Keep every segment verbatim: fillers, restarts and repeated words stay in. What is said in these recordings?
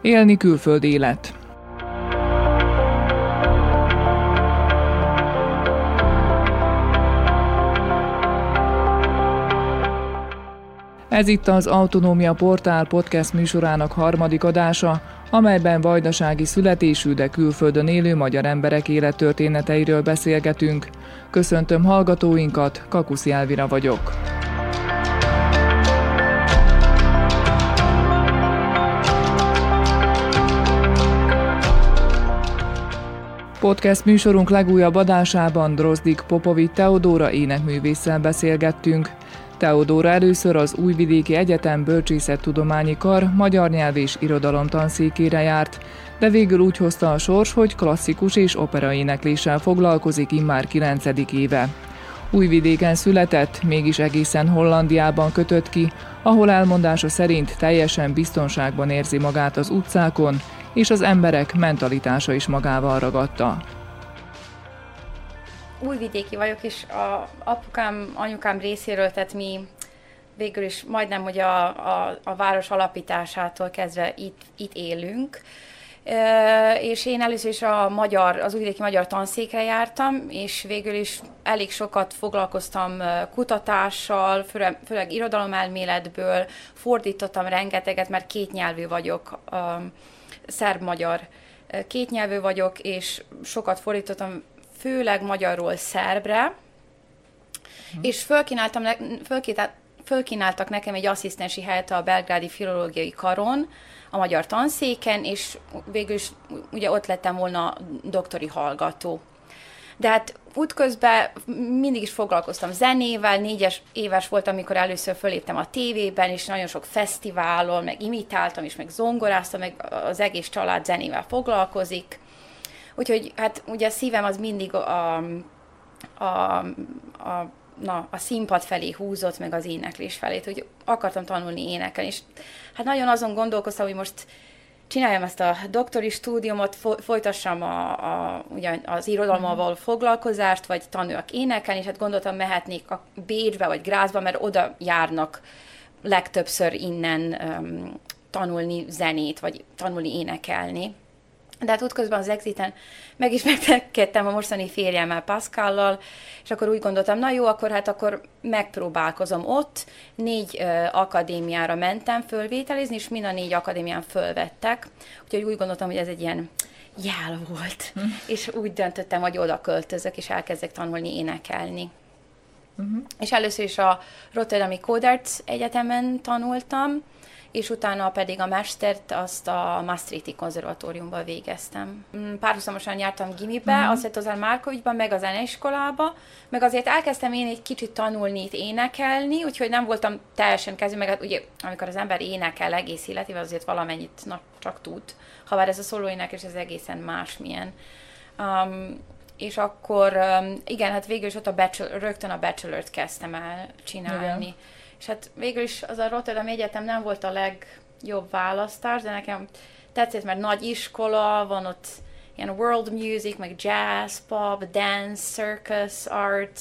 Élni külföldi élet. Ez itt az Autonómia Portál podcast műsorának harmadik adása, amelyben vajdasági születésű, de külföldön élő magyar emberek élettörténeteiről beszélgetünk. Köszöntöm hallgatóinkat, Kakuszi Elvira vagyok. Podcast műsorunk legújabb adásában Drozdik Popovics Teodóra énekművésszel beszélgettünk. Teodóra először az Újvidéki Egyetem Bölcsészettudományi Kar magyar nyelv és irodalom tanszékére járt, de végül úgy hozta a sors, hogy klasszikus és operaénekléssel foglalkozik immár kilencedik éve. Újvidéken született, mégis egészen Hollandiában kötött ki, ahol elmondása szerint teljesen biztonságban érzi magát az utcákon, és az emberek mentalitása is magával ragadta. Újvidéki vagyok, és a apukám, anyukám részéről, tehát mi végül is majdnem, hogy a, a, a város alapításától kezdve itt, itt élünk. E, és én először is a magyar, az újvidéki magyar tanszékre jártam, és végül is elég sokat foglalkoztam kutatással, főleg, főleg irodalomelméletből, fordítottam rengeteget, mert kétnyelvű vagyok, um, szerb-magyar kétnyelvű vagyok, és sokat fordítottam, főleg magyarról szerbre, hmm. és fölkínáltam, fölkínáltak nekem egy asszisztensi helyet a Belgrádi Filológiai Karon, a magyar tanszéken, és végül is ugye ott lettem volna doktori hallgató. De hát útközben mindig is foglalkoztam zenével, négyes éves voltam, amikor először föléptem a tévében, és nagyon sok fesztiválon, meg imitáltam, és meg zongoráztam, meg az egész család zenével foglalkozik. Úgyhogy hát ugye a szívem az mindig a, a, a, na, a színpad felé húzott, meg az éneklés felé, hogy akartam tanulni énekelni, és hát nagyon azon gondolkoztam, hogy most csináljam ezt a doktori stúdiumot, folytassam a, a, ugye az irodalommal való foglalkozást, vagy tanuljak énekelni, és hát gondoltam, mehetnék a Bécsbe, vagy Grazba, mert oda járnak legtöbbször innen um, tanulni zenét, vagy tanulni énekelni. De hát útközben az Exiten megismerkedtem a mostani férjemmel, Pascallal, és akkor úgy gondoltam, na jó, akkor hát akkor megpróbálkozom ott. Négy uh, akadémiára mentem fölvételizni, és mind a négy akadémián fölvettek. Úgyhogy úgy gondoltam, hogy ez egy ilyen jel volt. Hm. És úgy döntöttem, hogy oda költözök, és elkezdek tanulni énekelni. Uh-huh. És először is a Rotterdami Codarts Egyetemen tanultam, és utána pedig a mestert azt a Maastrichti konzervatóriumban végeztem. Párhuzamosan jártam gimibe, uh-huh. azt az Márkovicsban, meg a zeneiskolába, meg azért elkezdtem én egy kicsit tanulni itt énekelni, úgyhogy nem voltam teljesen kezdő, meg hát ugye amikor az ember énekel egész életével, azért valamennyit na, csak tud, ha bár ez a szólóéneklés ez egészen másmilyen. Um, és akkor um, igen, hát végül is ott a bachelor, rögtön a bachelort kezdtem el csinálni. Igen. És hát végül is az a Rotterdami Egyetem nem volt a legjobb választás, de nekem tetszett, mert nagy iskola, van ott ilyen world music, meg jazz, pop, dance, circus, arts,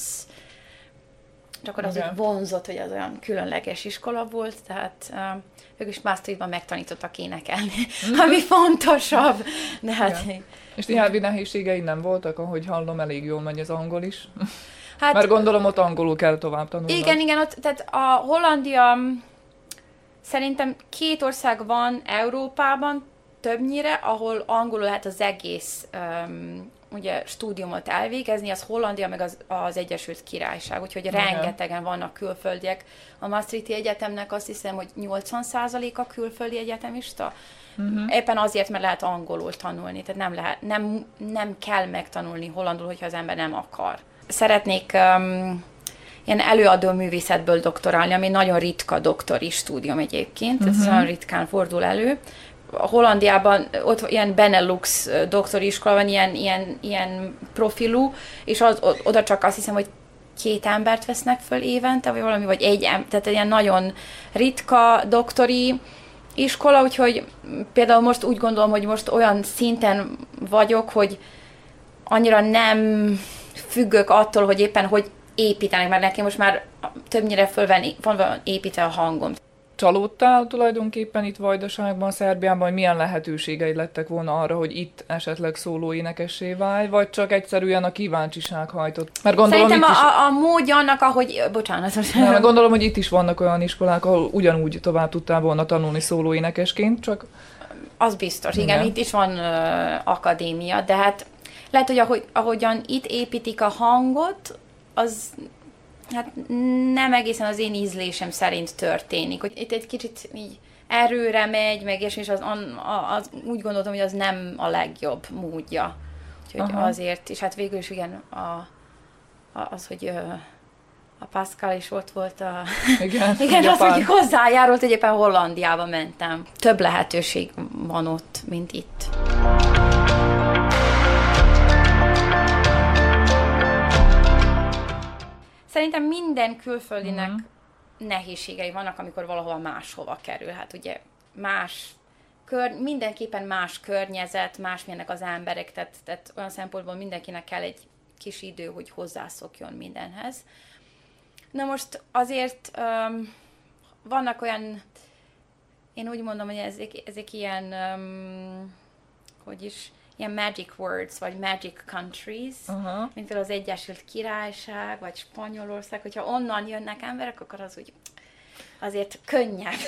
és akkor az úgy vonzott, hogy az olyan különleges iskola volt, tehát um, ők is Maastrichtban megtanítottak énekelni, ami fontosabb. De hát, és nyelvi nehézségei nem voltak, ahogy hallom, elég jól megy az angol is. Hát, mert gondolom ott angolul kell tovább tanulni. Igen, igen, ott, tehát a Hollandia, szerintem két ország van Európában többnyire, ahol angolul lehet az egész um, ugye, stúdiumot elvégezni, az Hollandia meg az, az Egyesült Királyság, úgyhogy igen. rengetegen vannak külföldiek. A Maastrichti Egyetemnek azt hiszem, hogy nyolcvan százalék a külföldi egyetemista. Uh-huh. Éppen azért, mert lehet angolul tanulni, tehát nem, lehet, nem, nem kell megtanulni hollandul, hogyha az ember nem akar. Szeretnék um, ilyen előadó művészetből doktorálni, ami nagyon ritka doktori stúdium egyébként, uh-huh. ez nagyon ritkán fordul elő. A Hollandiában ott ilyen Benelux doktori iskola van, ilyen, ilyen, ilyen profilú, és az, oda csak azt hiszem, hogy két embert vesznek föl évente, vagy valami, vagy egy ember, tehát ilyen nagyon ritka doktori iskola, úgyhogy például most úgy gondolom, hogy most olyan szinten vagyok, hogy annyira nem függök attól, hogy éppen hogy építenek, mert nekem most már többnyire föl van építve a hangom. csalódtál tulajdonképpen itt Vajdaságban, Szerbiában, hogy milyen lehetőségei lettek volna arra, hogy itt esetleg szólóénekessé válj, vagy csak egyszerűen a kíváncsiság hajtott? Mert gondolom, Szerintem itt a, is... a, a módja annak, ahogy... Bocsánat. Nem, gondolom, hogy itt is vannak olyan iskolák, ahol ugyanúgy tovább tudtál volna tanulni szólóénekesként, csak... Az biztos, igen, igen. Itt is van uh, akadémia, de hát lehet, hogy ahogy, ahogyan itt építik a hangot, az hát nem egészen az én ízlésem szerint történik. Hogy itt egy kicsit így erőre megy, meg és, és az, az, az, úgy gondoltam, hogy az nem a legjobb módja. Úgyhogy aha. Azért, és hát végül is igen, a, a, az, hogy uh, a Pascal is ott volt a... Igen, igen az, hogy hozzájárult, hogy éppen Hollandiába mentem. Több lehetőség van ott, mint itt. Szerintem minden külföldinek uh-huh. nehézségei vannak, amikor valahova máshova kerül. Hát ugye más, kör, mindenképpen más környezet, másmilyenek az emberek, tehát, tehát olyan szempontból mindenkinek kell egy kis idő, hogy hozzászokjon mindenhez. Na most azért um, vannak olyan, én úgy mondom, hogy ezek, ezek ilyen, um, hogy is, ilyen magic words, vagy magic countries, uh-huh. mint például az Egyesült Királyság, vagy Spanyolország, hogyha onnan jönnek emberek, akkor az úgy azért könnyebb,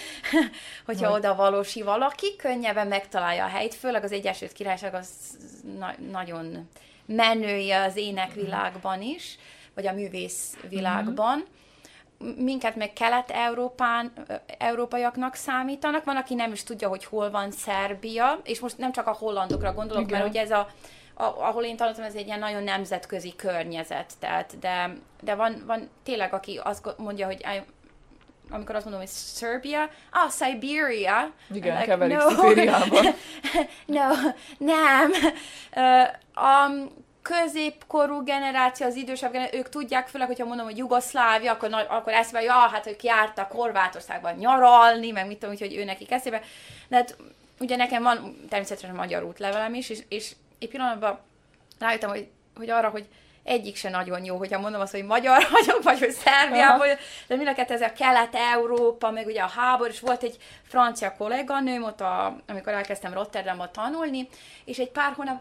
hogyha vagy. Oda valósi valaki, könnyebben megtalálja a helyt, főleg az Egyesült Királyság az na- nagyon menője az énekvilágban is, vagy a művészvilágban. Uh-huh. Minket meg Kelet-Európán, európaiaknak számítanak, van, aki nem is tudja, hogy hol van Szerbia, és most nem csak a hollandokra gondolok, igen. Mert ugye ez a, a, ahol én tanultam, ez egy ilyen nagyon nemzetközi környezet, tehát, de, de van, van tényleg, aki azt mondja, hogy amikor azt mondom, hogy Serbia, ah, Siberia. Igen, like, keverik no. Szibériában. no, nem. Uh, a középkorú generáció, az idősebb generáció, ők tudják, főleg, hogyha mondom, hogy Jugoszlávia, akkor, akkor eszébe, ja, hát ők jártak Horvátországban nyaralni, meg mit tudom, úgyhogy ő nekik eszébe. De hát ugye nekem van természetesen magyar útlevelem is, és, és egy pillanatban rájöttem, hogy, hogy arra, hogy egyik se nagyon jó, hogyha mondom azt, hogy magyar vagyok, vagy hogy Szerbiában, de mind a kettő ez a Kelet-Európa, meg ugye a háború, és volt egy francia kolléganőm ott, a, amikor elkezdtem Rotterdamban tanulni, és egy pár hónap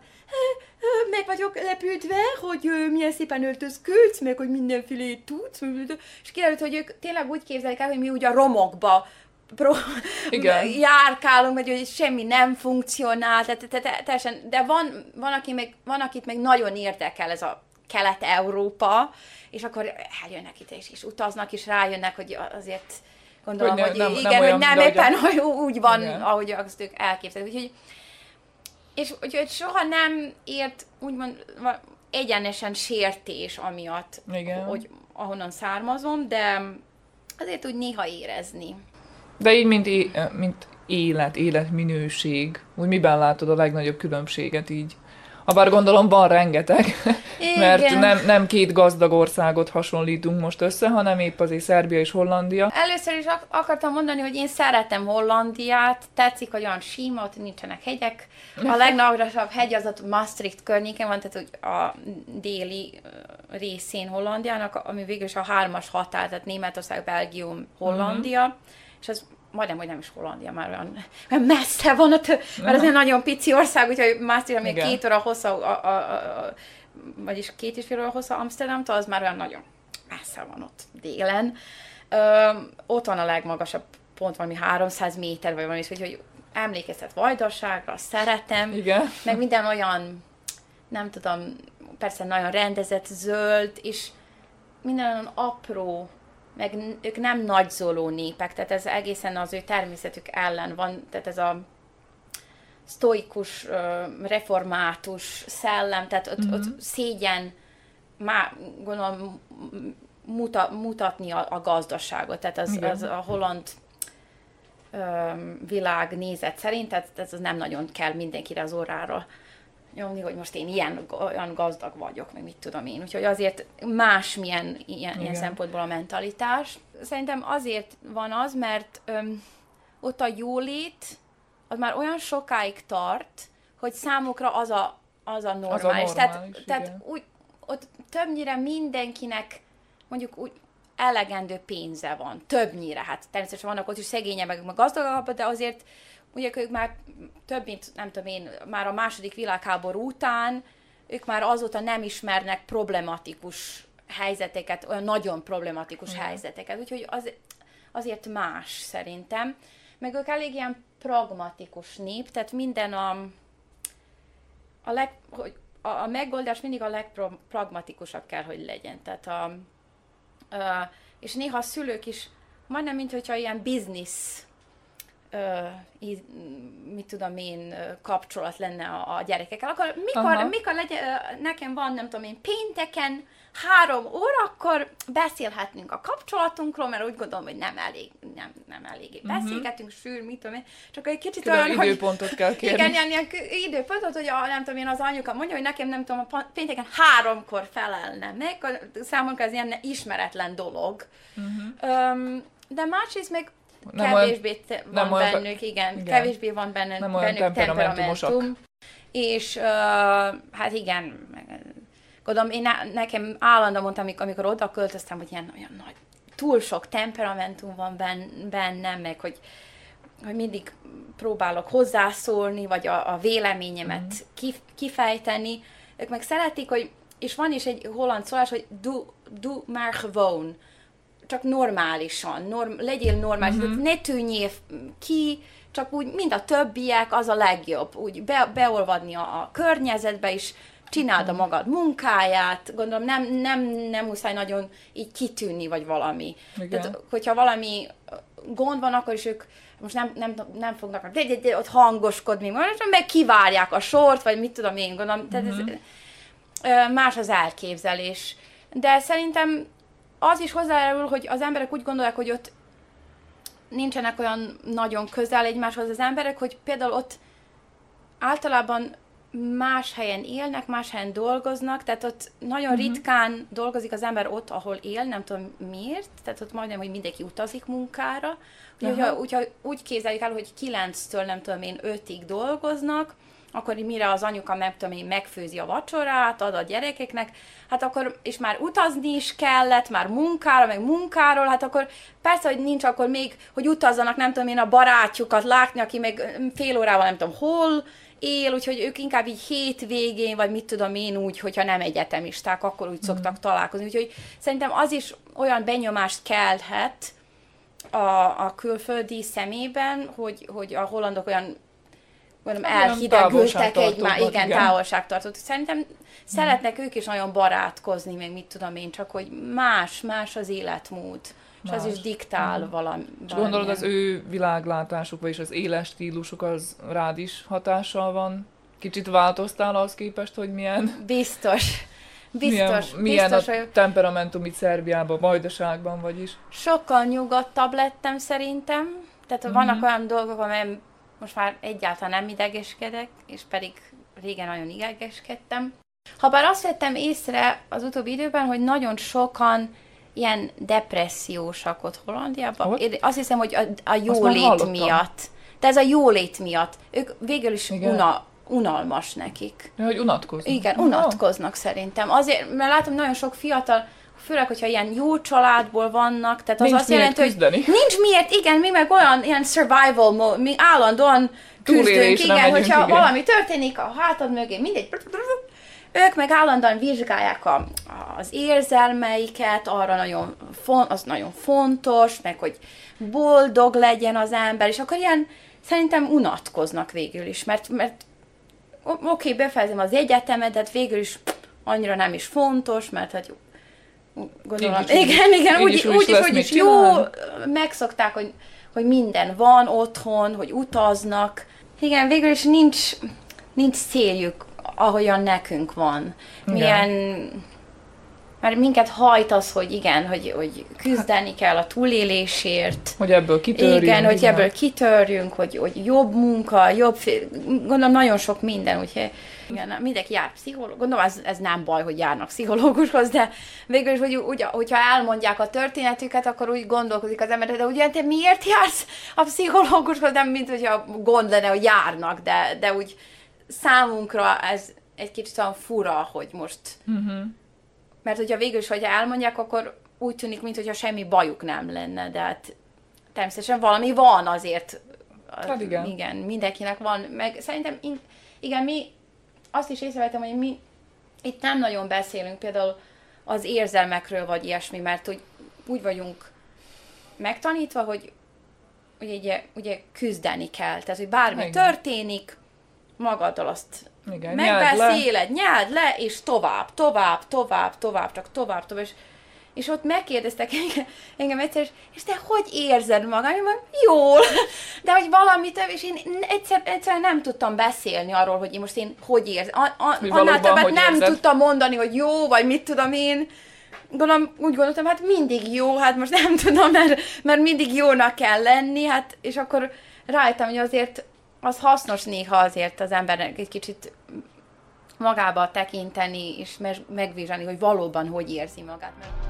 meg vagyok lepődve, hogy milyen szépen öltözködsz, meg hogy mindenféle tudsz, és kiderült, hogy ők tényleg úgy képzelik el, hogy mi ugye a romokba Pro, járkálunk, vagy hogy semmi nem funkcionál, tehát, tehát, teljesen, de van, van, aki meg, van, akit meg nagyon érdekel ez a Kelet-Európa, és akkor eljönnek itt, és, és utaznak, és rájönnek, hogy azért gondolom, hogy, ne, hogy nem, igen, nem hogy nem éppen hogy úgy van, igen. Ahogy azt ők elképzelik. Úgyhogy, és úgyhogy soha nem ért úgymond egyenesen sértés amiatt, igen. Hogy ahonnan származom, de azért úgy néha érezni. De így, mint, é- mint élet, életminőség, úgy miben látod a legnagyobb különbséget így? Habár gondolom van rengeteg, igen. Mert nem, nem két gazdag országot hasonlítunk most össze, hanem épp azért Szerbia és Hollandia. Először is ak- akartam mondani, hogy én szeretem Hollandiát, tetszik, hogy olyan síma, ott nincsenek hegyek. A legmagasabb hegy az ott Maastricht környéken van, tehát hogy a déli részén Hollandiának, ami végül is a hármas határ, tehát Németország, Belgium, Hollandia, uh-huh. És az majdnem, hogy nem is Hollandia, már olyan, olyan messze van, ott, mert az egy nagyon pici ország, úgyhogy Maastricht, ami két óra hossza, a, a, a, a, vagyis két és fél óra hossza Amsterdamtól, az már olyan nagyon messze van ott délen. Ö, ott van a legmagasabb pont, valami háromszáz méter, vagy valami, úgyhogy emlékeztet Vajdaságra, szeretem, igen. Meg minden olyan, nem tudom, persze nagyon rendezett, zöld, és minden olyan apró, meg ők nem nagyzoló népek, tehát ez egészen az ő természetük ellen van, tehát ez a sztoikus, református szellem, tehát ott, mm-hmm. ott szégyen, má, gondolom, muta, mutatni a, a gazdaságot, tehát az, az a holland világ nézet szerint, tehát ez nem nagyon kell mindenkire az orrára nyomni, hogy most én ilyen olyan gazdag vagyok, meg mit tudom én. Úgyhogy azért másmilyen ilyen, ilyen szempontból a mentalitás. Szerintem azért van az, mert öm, ott a jólét az már olyan sokáig tart, hogy számukra az a, az a normális. Az a normális tehát, tehát úgy, ott többnyire mindenkinek mondjuk úgy elegendő pénze van, többnyire, hát természetesen vannak ott is szegényebbek, meg gazdagabbak, de azért ugye ők már több, mint nem tudom én, már a második világháború után, ők már azóta nem ismernek problematikus helyzeteket, olyan nagyon problematikus mm. helyzeteket, úgyhogy az, azért más szerintem. Meg ők elég ilyen pragmatikus nép, tehát minden a, a, leg, hogy a, a megoldás mindig a legpragmatikusabb kell, hogy legyen. Tehát a, a, és néha a szülők is majdnem, mint hogyha ilyen biznisz, Uh, mit tudom én, kapcsolat lenne a, a gyerekekkel. Akkor mikor, mikor legyen, nekem van, nem tudom én, pénteken három óra, akkor beszélhetünk a kapcsolatunkról, mert úgy gondolom, hogy nem elég, nem, nem eléggé uh-huh. beszélgetünk, sűr, mit tudom én, csak egy kicsit Külön olyan, időpontot hogy, kell kérni. Igen, ilyen, ilyen időpontot, hogy a, nem tudom én, az anyuka mondja, hogy nekem nem tudom, a pénteken háromkor felelne meg, számomra ez ilyen ismeretlen dolog. Uh-huh. Um, de másrészt meg nem kevésbé olyan, van nem bennük, olyan, igen, igen, kevésbé van benne, nem bennük temperamentum. És uh, hát igen, gondolom, én ne, nekem állandóan mondtam, amikor, amikor oda költöztem, hogy ilyen olyan nagy, túl sok temperamentum van bennem, meg hogy, hogy mindig próbálok hozzászólni, vagy a, a véleményemet mm. kif, kifejteni. Ők meg szeretik, hogy, és van is egy holland szólás, hogy doe, doe maar gewoon. Csak normálisan, norm, legyél normális, uh-huh. ne tűnjél ki, csak úgy, mint a többiek, az a legjobb, úgy be, beolvadni a, a környezetbe is, csináld a magad munkáját, gondolom nem, nem, nem muszáj nagyon így kitűnni, vagy valami. Igen. Tehát, hogyha valami gond van, akkor is ők most nem, nem, nem fognak de, de, de, ott hangoskodni, meg kivárják a sort, vagy mit tudom én, gondolom, tehát uh-huh. ez, más az elképzelés. De szerintem az is hozzájárul, hogy az emberek úgy gondolják, hogy ott nincsenek olyan nagyon közel egymáshoz az emberek, hogy például ott általában más helyen élnek, más helyen dolgoznak, tehát ott nagyon uh-huh. ritkán dolgozik az ember ott, ahol él, nem tudom miért, tehát ott majdnem, hogy mindenki utazik munkára. Úgyhogy uh-huh. hogyha, úgy képzeljük el, hogy kilenctől nem tudom én ötig dolgoznak, akkor mire az anyuka meg, tudom én, megfőzi a vacsorát, ad a gyerekeknek, hát akkor, és már utazni is kellett, már munkára, meg munkáról, hát akkor persze, hogy nincs akkor még, hogy utazzanak, nem tudom én, a barátjukat látni, aki meg fél órával nem tudom hol él, úgyhogy ők inkább így hétvégén, vagy mit tudom én úgy, hogyha nem egyetemisták, akkor úgy mm. szoktak találkozni. Úgyhogy szerintem az is olyan benyomást kelthet a, a külföldi szemében, hogy, hogy a hollandok olyan mondom, elhidegültek egymás, igen, igen. távolságtartót. Szerintem hmm. szeretnek ők is nagyon barátkozni, még mit tudom én, csak hogy más, más az életmód, más. És az is diktál hmm. valami. És gondolod, az ő világlátásuk, vagyis az éles stílusuk az rád is hatással van? Kicsit változtál ahhoz képest, hogy milyen... Biztos. Biztos. Milyen, milyen biztos, a hogy... temperamentum itt Szerbiában, Vajdaságban vagyis? Sokkal nyugodtabb lettem szerintem. Tehát hmm. vannak olyan dolgok, amely most már egyáltalán nem idegeskedek, és pedig régen nagyon idegeskedtem. Habár azt vettem észre az utóbbi időben, hogy nagyon sokan ilyen depressziósak ott Hollandiában. Ott? Én azt hiszem, hogy a, a jólét miatt. De ez a jólét miatt. Ők végül is una, unalmas nekik. Ja, hogy unatkoznak. Igen, unatkoznak oh. szerintem. Azért, mert látom nagyon sok fiatal, főleg, hogyha ilyen jó családból vannak, tehát az nincs azt jelenti, küzdeni. hogy nincs miért, igen, mi meg olyan ilyen survival mode, mi állandóan küzdünk, igen, megyünk, hogyha igen. valami történik a hátad mögé, mindegy, ők meg állandóan vizsgálják a, az érzelmeiket, arra nagyon, fon, az nagyon fontos, meg hogy boldog legyen az ember, és akkor ilyen szerintem unatkoznak végül is, mert, mert oké, okay, befejezem az egyetemet, de végül is annyira nem is fontos, mert hogy gondolom, így igen, úgy, igen, úgy, úgy, úgy, úgy, úgy is jó, megszokták, hogy, hogy minden van otthon, hogy utaznak. Igen, végül is nincs, nincs céljuk, ahogyan nekünk van. Milyen, mert minket hajt az, hogy igen, hogy, hogy küzdeni kell a túlélésért. Hogy ebből kitörjünk. Igen, hogy ebből kitörjünk, hogy, hogy jobb munka, jobb, gondolom nagyon sok minden, úgyhogy igen, mindenki jár pszichológus, gondolom ez, ez nem baj, hogy járnak pszichológushoz, de végül is, hogy, úgy, hogyha elmondják a történetüket, akkor úgy gondolkozik az ember, de ugye te miért jársz a pszichológushoz, nem mint hogyha gond lenne, hogy járnak, de, de úgy számunkra ez egy kicsit olyan fura, hogy most, uh-huh. mert hogyha végül is, hogyha elmondják, akkor úgy tűnik, mintha semmi bajuk nem lenne, de hát természetesen valami van azért. Hát igen. Igen, mindenkinek van, meg szerintem, igen, mi azt is észrevettem, hogy mi itt nem nagyon beszélünk például az érzelmekről, vagy ilyesmi, mert úgy, úgy vagyunk megtanítva, hogy ugye, ugye, ugye küzdeni kell. Tehát, hogy bármi igen. történik, magaddal azt igen, megbeszéled, nyeld le. le, és tovább, tovább, tovább, tovább, csak tovább, tovább. És, és ott megkérdeztek engem, engem egyszer, és te hogy érzed magad? Én mondom, jól, de hogy valamit, és én egyszer, egyszer nem tudtam beszélni arról, hogy én most én hogy érzem. A, a, annál többet nem érzed? Tudtam mondani, hogy jó, vagy mit tudom én. Gondolom, úgy gondoltam, hát mindig jó, hát most nem tudom, mert, mert mindig jónak kell lenni, hát, és akkor rájöttem, hogy azért az hasznos néha azért az embernek egy kicsit magába tekinteni, és megvizsgálni, hogy valóban hogy érzi magát.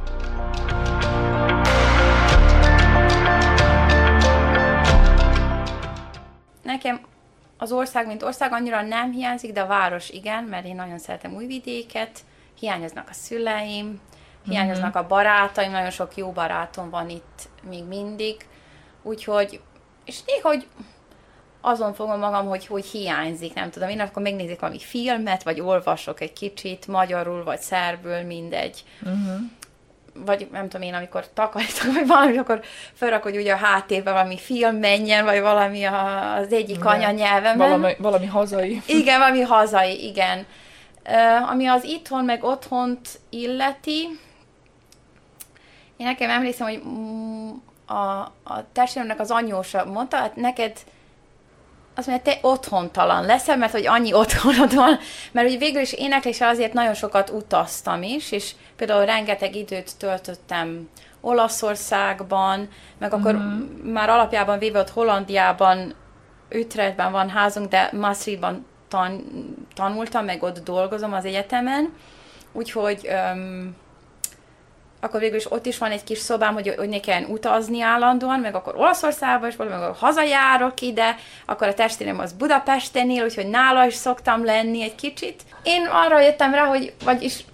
Nekem az ország, mint ország annyira nem hiányzik, de a város igen, mert én nagyon szeretem Újvidéket, hiányoznak a szüleim, hiányoznak a barátaim, nagyon sok jó barátom van itt még mindig, úgyhogy, és néha, hogy azon fogom magam, hogy hogy hiányzik, nem tudom, én akkor megnézik valami filmet, vagy olvasok egy kicsit, magyarul, vagy szerbül, mindegy. Uh-huh. Vagy nem tudom én, amikor takarítok, vagy valami, akkor felrak, hogy ugye a háttérben valami film menjen, vagy valami az egyik igen. anyanyelvemben. Valami, valami hazai. Igen, valami hazai, igen. Uh, ami az itthon, meg otthont illeti, én nekem emlékszem, hogy a, a testvéremnek az anyósa mondta, hát neked azt mondja, te otthontalan leszel, mert hogy annyi otthonod van, mert ugye végül is énekléssel azért nagyon sokat utaztam is, és például rengeteg időt töltöttem Olaszországban, meg akkor mm-hmm. már alapjában véve ott Hollandiában, Utrechtben van házunk, de Maastrichtban tan, tanultam, meg ott dolgozom az egyetemen, úgyhogy um, akkor végül is ott is van egy kis szobám, hogy, hogy ne kelljen utazni állandóan, meg akkor Olaszországban is, meg akkor hazajárok ide, akkor a testvérem az Budapesten él, úgyhogy nála is szoktam lenni egy kicsit. Én arra jöttem rá, hogy, vagyis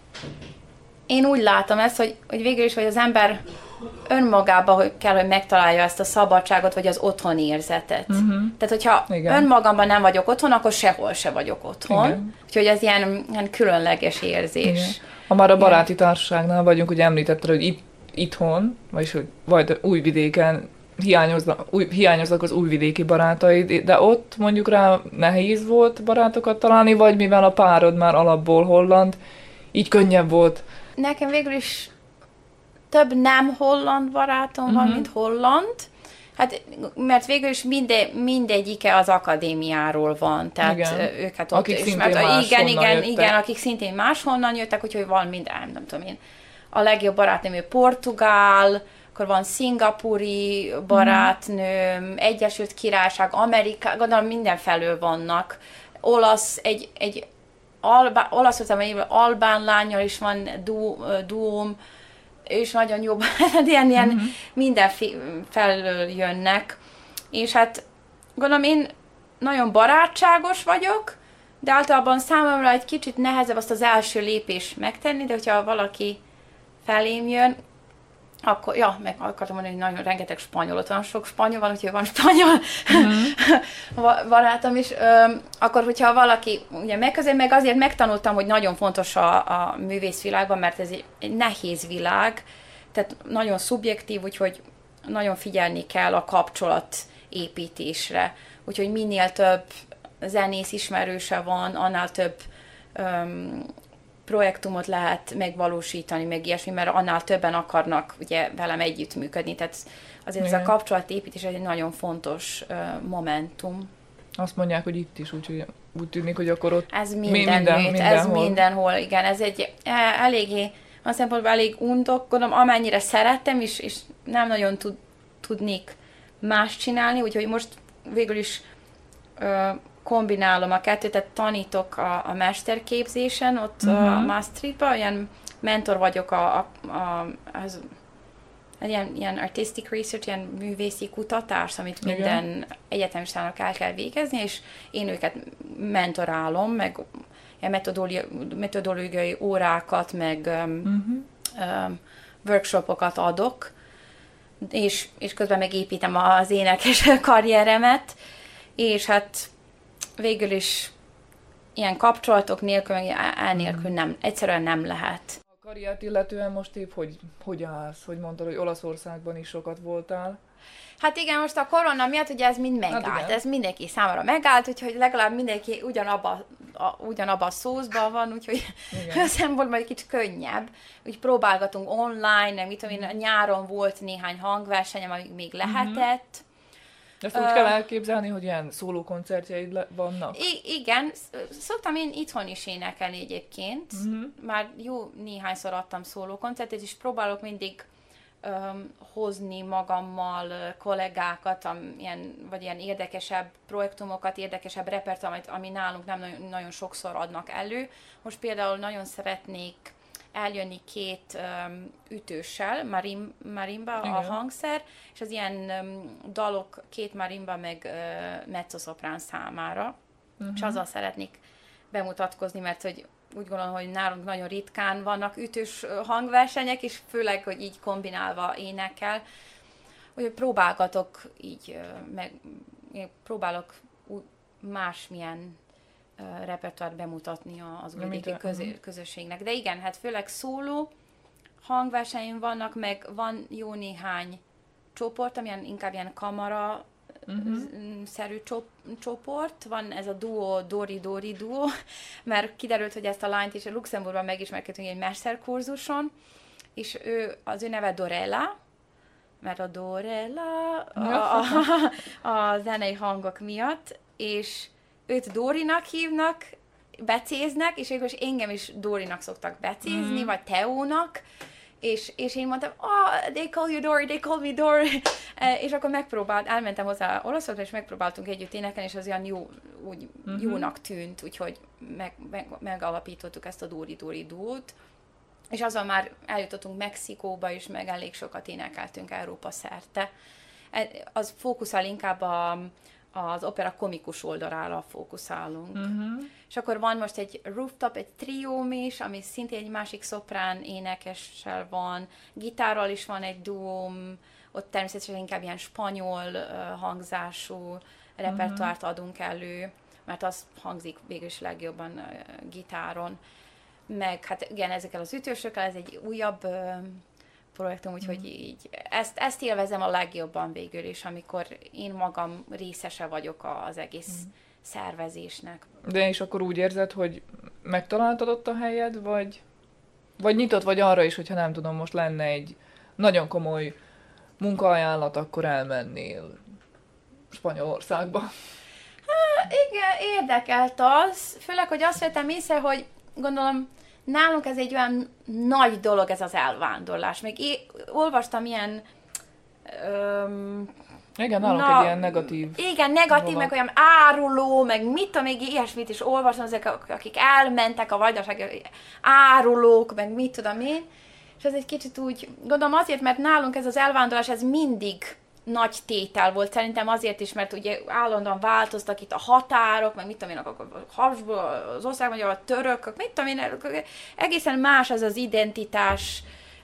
én úgy látom ezt, hogy, hogy végül is, hogy az ember önmagában hogy kell, hogy megtalálja ezt a szabadságot, vagy az otthon érzetet. Uh-huh. Tehát, hogyha igen. önmagamban nem vagyok otthon, akkor sehol se vagyok otthon. Igen. Úgyhogy ez ilyen, ilyen különleges érzés. Igen. Ha már a baráti társaságnál vagyunk, ugye említetted, hogy itt, itthon, vagyis hogy vagy Újvidéken hiányoznak, új, hiányoznak az újvidéki barátaid, de ott mondjuk rá nehéz volt barátokat találni, vagy mivel a párod már alapból holland, így könnyebb volt? Nekem végül is több nem holland barátom uh-huh. van, mint holland. Hát, mert végül is minde, mindegyike az akadémiáról van, tehát igen. őket ott akik is. Mert, igen, igen, jöttek. igen, akik szintén máshonnan jöttek, úgyhogy van minden, nem tudom én. A legjobb barátnőm ő portugál, akkor van szingapúri barátnőm, mm. Egyesült Királyság, Amerika, gondolom mindenfelől vannak. Olasz, egy, egy Albá, Olaszországban élő albán lánnyal is van du, duóm, ő is nagyon jó, ilyen, ilyen mm-hmm. mindenfelől jönnek. És hát gondolom én nagyon barátságos vagyok, de általában számomra egy kicsit nehezebb azt az első lépés megtenni, de hogyha valaki felém jön, akkor, ja, meg akartam mondani, hogy nagyon rengeteg spanyol, ott van sok spanyol van, úgyhogy van spanyol mm-hmm. barátom is, Öm, akkor hogyha valaki, ugye megközel, meg azért megtanultam, hogy nagyon fontos a, a művészvilágban, mert ez egy, egy nehéz világ, tehát nagyon szubjektív, úgyhogy nagyon figyelni kell a kapcsolatépítésre, úgyhogy minél több zenész ismerőse van, annál több öm, projektumot lehet megvalósítani, meg ilyesmi, mert annál többen akarnak ugye velem együttműködni, tehát azért igen. ez a kapcsolatépítés egy nagyon fontos uh, momentum. Azt mondják, hogy itt is, úgyhogy úgy tűnik, hogy akkor ott ez minden, minden, nőt, mindenhol. Ez mindenhol, igen, ez egy eléggé, a szempontból elég undok, gondolom, amennyire szerettem, és, és nem nagyon tud, tudnék más csinálni, úgyhogy most végül is uh, kombinálom a kettőt, tehát tanítok a, a mesterképzésen, ott uh-huh. a Maastrichtban, ilyen mentor vagyok a, a, a, az, ilyen, ilyen artistic research, ilyen művészi kutatás, amit igen. minden egyetemistának el kell végezni, és én őket mentorálom, meg ilyen metodológiai órákat, meg um, uh-huh. um, workshopokat adok, és, és közben megépítem az énekes karrieremet, és hát végül is ilyen kapcsolatok nélkül, meg elnélkül nem, egyszerűen nem lehet. A karriert illetően most épp hogy, hogy állsz? Hogy mondtad, hogy Olaszországban is sokat voltál? Hát igen, most a korona miatt ugye ez mind megállt, hát ez mindenki számára megállt, úgyhogy legalább mindenki ugyanabba a, ugyanabba a szószban van, úgyhogy a szempontból egy kicsit könnyebb. Úgy próbálgatunk online, nem mit tudom én, nyáron volt néhány hangversenyem, amíg még lehetett. Ezt úgy uh, kell elképzelni, hogy ilyen szóló koncertjeid le- vannak? I- igen, szoktam én itthon is énekelni egyébként. Uh-huh. Már jó néhányszor adtam szóló koncertet, és próbálok mindig um, hozni magammal kollégákat, am, ilyen, vagy ilyen érdekesebb projektumokat, érdekesebb repertoárt, ami nálunk nem nagyon, nagyon sokszor adnak elő. Most például nagyon szeretnék eljönni két um, ütőssel, marim, marimba igen. A hangszer, és az ilyen um, dalok két marimba meg uh, mezzoszoprán számára. Uh-huh. És azzal szeretnék bemutatkozni, mert hogy úgy gondolom, hogy nálunk nagyon ritkán vannak ütős hangversenyek, és főleg, hogy így kombinálva énekel. Hogy próbálgatok így, uh, meg próbálok másmilyen Uh, repertoárt bemutatni az újvidéki közö- közösségnek. De igen, hát főleg szóló hangversenyeim vannak, meg van jó néhány csoport, amilyen inkább ilyen kamara uh-huh. szerű csop- csoport. Van ez a duo, Dori-Dori duo, mert kiderült, hogy ezt a lányt is a Luxemburgban megismerkedtünk egy mesterkurzuson, és ő, az ő neve Dorella, mert a Dorella a, a, a, a zenei hangok miatt, és őt Dórinak hívnak, becéznek, és végül engem is Dórinak szoktak becézni, mm. vagy Teónak, és, és én mondtam, oh, they call you Dory, they call me Dory, és akkor megpróbált, elmentem hozzá Olaszországba, és megpróbáltunk együtt énekelni, és az olyan jó, úgy mm-hmm. jónak tűnt, úgyhogy meg, meg, megalapítottuk ezt a Dori-Dori duót, és azzal már eljutottunk Mexikóba is, meg elég sokat énekeltünk Európa szerte. Az fókuszál inkább a az opera komikus oldalára fókuszálunk. Uh-huh. És akkor van most egy rooftop, egy trióm is, ami szintén egy másik szoprán énekessel van, gitárral is van egy duóm, ott természetesen inkább ilyen spanyol uh, hangzású repertoárt uh-huh. adunk elő, mert az hangzik végül is legjobban uh, gitáron. Meg hát igen, ezekkel az ütősökkel, ez egy újabb uh, projektum, úgyhogy mm. így ezt, ezt élvezem a legjobban végül is, amikor én magam részese vagyok az egész mm. szervezésnek. De és akkor úgy érzed, hogy megtaláltad ott a helyed, vagy, vagy nyitott vagy arra is, hogyha nem tudom, most lenne egy nagyon komoly munkaajánlat, akkor elmennél Spanyolországba? Há, igen, érdekelt az, főleg, hogy azt vettem észre, hogy gondolom, nálunk ez egy olyan nagy dolog, ez az elvándorlás. Még én olvastam ilyen... Öm, igen, nálunk na, egy ilyen negatív... Igen, negatív, dolog. Meg olyan áruló, meg mit tudom, még ilyesmit is olvastam, ezek, akik elmentek a vajdasági árulók, meg mit tudom én. És ez egy kicsit úgy, gondolom azért, mert nálunk ez az elvándorlás, ez mindig nagy tétel volt. Szerintem azért is, mert ugye állandóan változtak itt a határok, meg mit tudom én, a Habsburg, az osztrák-magyar, a törökök, mit tudom én, egészen más az az identitás,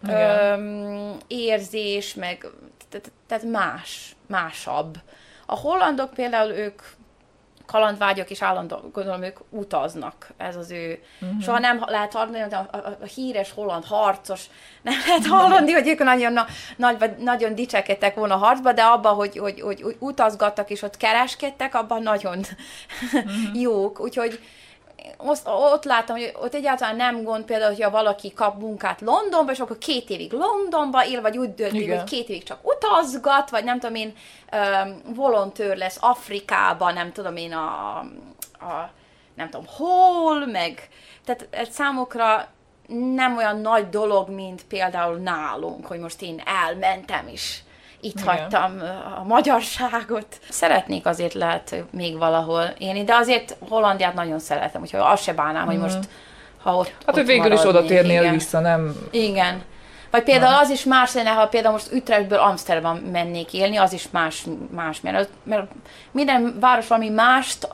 öm, érzés, meg tehát más, másabb. A hollandok például ők kalandvágyok, és állandóan, gondolom, ők utaznak, ez az ő. Uh-huh. Soha nem lehet hallani, a, a, a híres holland harcos, nem lehet hallani, hogy ők nagyon, nagy, nagyon dicsekedtek volna harcba, de abban, hogy, hogy, hogy, hogy utazgattak, és ott kereskedtek, abban nagyon uh-huh. jók. Úgyhogy ott, ott láttam, hogy ott egyáltalán nem gond például, hogyha valaki kap munkát Londonba, és akkor két évig Londonba él, vagy úgy dönti, hogy két évig csak utazgat, vagy nem tudom én, um, volontőr lesz Afrikában, nem tudom én, a, a nem tudom, hol, meg, tehát ez számukra nem olyan nagy dolog, mint például nálunk, hogy most én elmentem is. Itt igen. hagytam a magyarságot. Szeretnék azért lehet még valahol élni, de azért Hollandiát nagyon szeretem, úgyhogy azt se bánnám, mm. hogy most, ha ott Hát, hogy végül is oda térnél vissza, nem? Igen. Vagy például nem. Az is más lenne, ha például most Utrechtből Amsterdamban mennék élni, az is más, más mert, mert minden város valami mást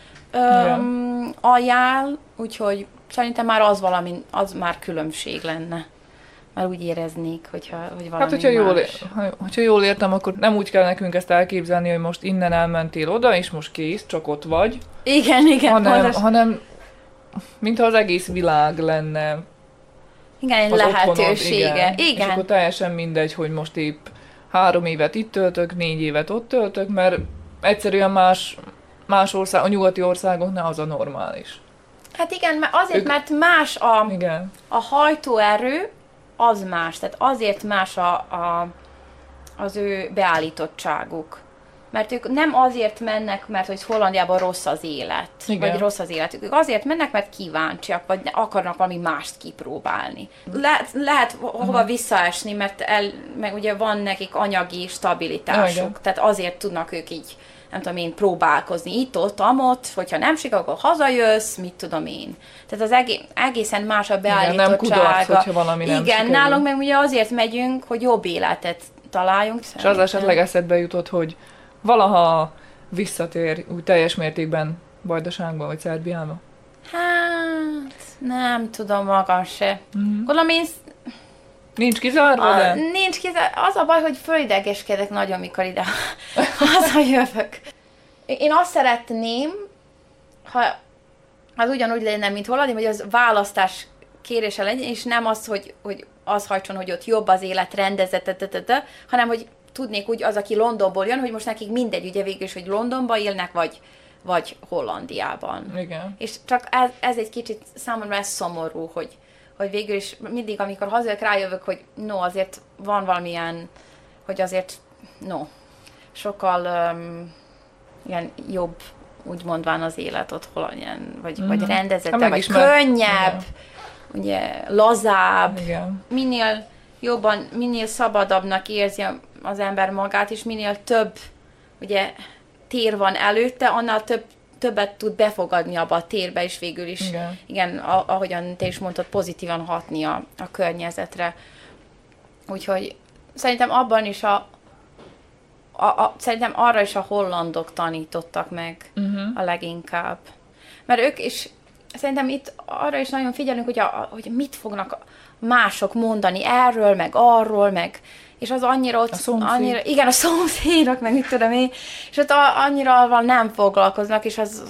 öm, ajánl, úgyhogy szerintem már az valami, az már különbség lenne. már úgy éreznék, hogyha, hogy valami Hát, hogyha jól, más. hogyha jól értem, akkor nem úgy kell nekünk ezt elképzelni, hogy most innen elmentél oda, és most kész, csak ott vagy. Igen, igen. Hanem, pontos. hanem mintha az egész világ lenne. Igen, egy az lehetősége. Otthonod, igen. igen. És akkor teljesen mindegy, hogy most épp három évet itt töltök, négy évet ott töltök, mert egyszerűen más, más ország, a nyugati országoknál az a normális. Hát igen, mert azért, Ők... mert más a, igen. a hajtóerő, az más. Tehát azért más a, a, az ő beállítottságuk. Mert ők nem azért mennek, mert hogy Hollandiában rossz az élet, igen. vagy rossz az életük. Ők azért mennek, mert kíváncsiak, vagy akarnak valami mást kipróbálni. Le, lehet hova uh-huh. visszaesni, mert el, meg ugye van nekik anyagi stabilitásuk. igen. Tehát azért tudnak ők így, nem tudom én, próbálkozni itt-ott, amott, hogyha nem sikerül, akkor hazajössz, mit tudom én. Tehát az egész, egészen más a beállítottsága. Igen, nem kudarc, hogyha valami nem Igen, sikerül. nálunk meg ugye azért megyünk, hogy jobb életet találjunk. És az esetleg eszedbe jutott, hogy valaha visszatér úgy teljes mértékben Vajdaságba vagy Szerbiába? Hát, nem tudom magam se. Mm-hmm. Gondolom én... Nincs kizárva, a, de... Nincs kizárva. Az a baj, hogy fölidegeskedek nagyon, mikor ide hazajövök. Én azt szeretném, ha az ugyanúgy lenne, mint Hollandia, hogy az választás kérése legyen, és nem az, hogy, hogy az hajtson, hogy ott jobb az élet, rendezett, hanem hogy tudnék úgy az, aki Londonból jön, hogy most nekik mindegy, ugye végül is, hogy Londonban élnek, vagy, vagy Hollandiában. Igen. És csak ez, ez egy kicsit számomra ez szomorú, hogy, hogy végül is mindig, amikor hazajövök, rájövök, hogy no, azért van valamilyen, hogy azért, no, sokkal um, ilyen jobb, úgy mondván az élet ott Hollandián, vagy, mm. vagy rendezete, vagy könnyebb, igen. ugye, lazább. Igen. Minél jobban, minél szabadabbnak érzi az ember magát, és minél több ugye, tér van előtte, annál több, többet tud befogadni abba a térbe, és végül is, igen, igen ahogyan te is mondtad, pozitívan hatni a, a környezetre. Úgyhogy szerintem abban is a, a, a szerintem arra is a hollandok tanítottak meg uh-huh. a leginkább. Mert ők is, szerintem itt arra is nagyon figyelünk, hogy, a, hogy mit fognak mások mondani erről, meg arról, meg és az annyira ott, annyira, igen, a szomszédok, meg mit tudom én, és ott annyira avval nem foglalkoznak, és az,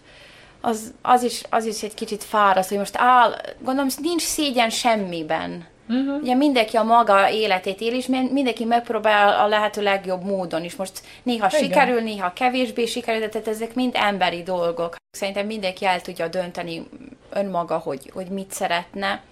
az, az, is, az is egy kicsit fáraszt, hogy most áll, gondolom, nincs szégyen semmiben. Uh-huh. Ugye mindenki a maga életét él, és mindenki megpróbál a lehető legjobb módon is. Most néha igen. sikerül, néha kevésbé sikerül, tehát ezek mind emberi dolgok. Szerintem mindenki el tudja dönteni önmaga, hogy, hogy mit szeretne.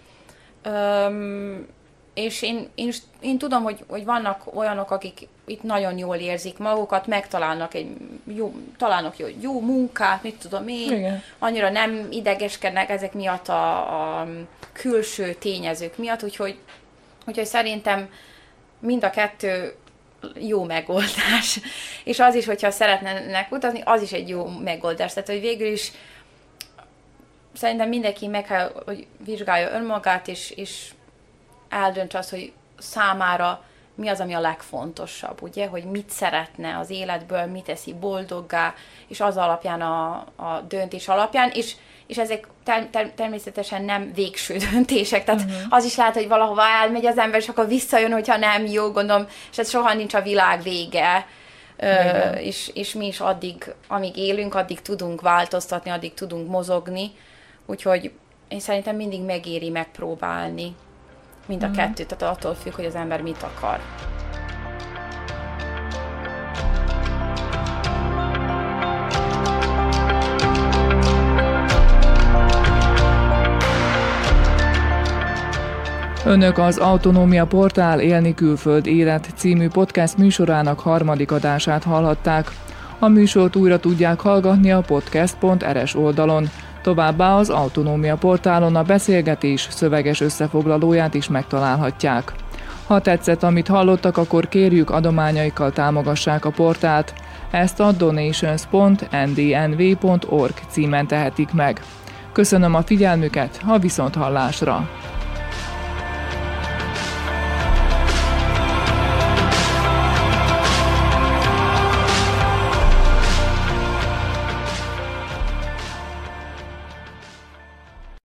Um, és én, én, én tudom, hogy, hogy vannak olyanok, akik itt nagyon jól érzik magukat, megtalálnak egy jó, találnak jó, jó munkát, mit tudom én, igen. annyira nem idegeskednek ezek miatt a, a külső tényezők miatt, úgyhogy, úgyhogy szerintem mind a kettő jó megoldás. És az is, hogyha szeretnének utazni, az is egy jó megoldás. Tehát, hogy végül is szerintem mindenki meg kell, hogy vizsgálja önmagát, és, és eldönts azt, hogy számára mi az, ami a legfontosabb, ugye, hogy mit szeretne az életből, mit teszi boldoggá, és az alapján a, a döntés alapján, és, és ezek ter- ter- természetesen nem végső döntések, tehát uh-huh. az is lehet, hogy valahova elmegy az ember, és akkor visszajön, hogyha nem jó, gondolom, és ez soha nincs a világ vége, uh, és, és mi is addig, amíg élünk, addig tudunk változtatni, addig tudunk mozogni, úgyhogy én szerintem mindig megéri megpróbálni. Mind a mm. kettő, tehát attól függ, hogy az ember mit akar. Önök az Autonómia Portál Élni Külföld Élet című podcast műsorának harmadik adását hallhatták. A műsort újra tudják hallgatni a podcast pont er es oldalon. Továbbá az Autonómia Portálon a beszélgetés szöveges összefoglalóját is megtalálhatják. Ha tetszett, amit hallottak, akkor kérjük, adományaikkal támogassák a portált. Ezt a donations pont en dé en vé pont org címen tehetik meg. Köszönöm a figyelmüket, a viszonthallásra!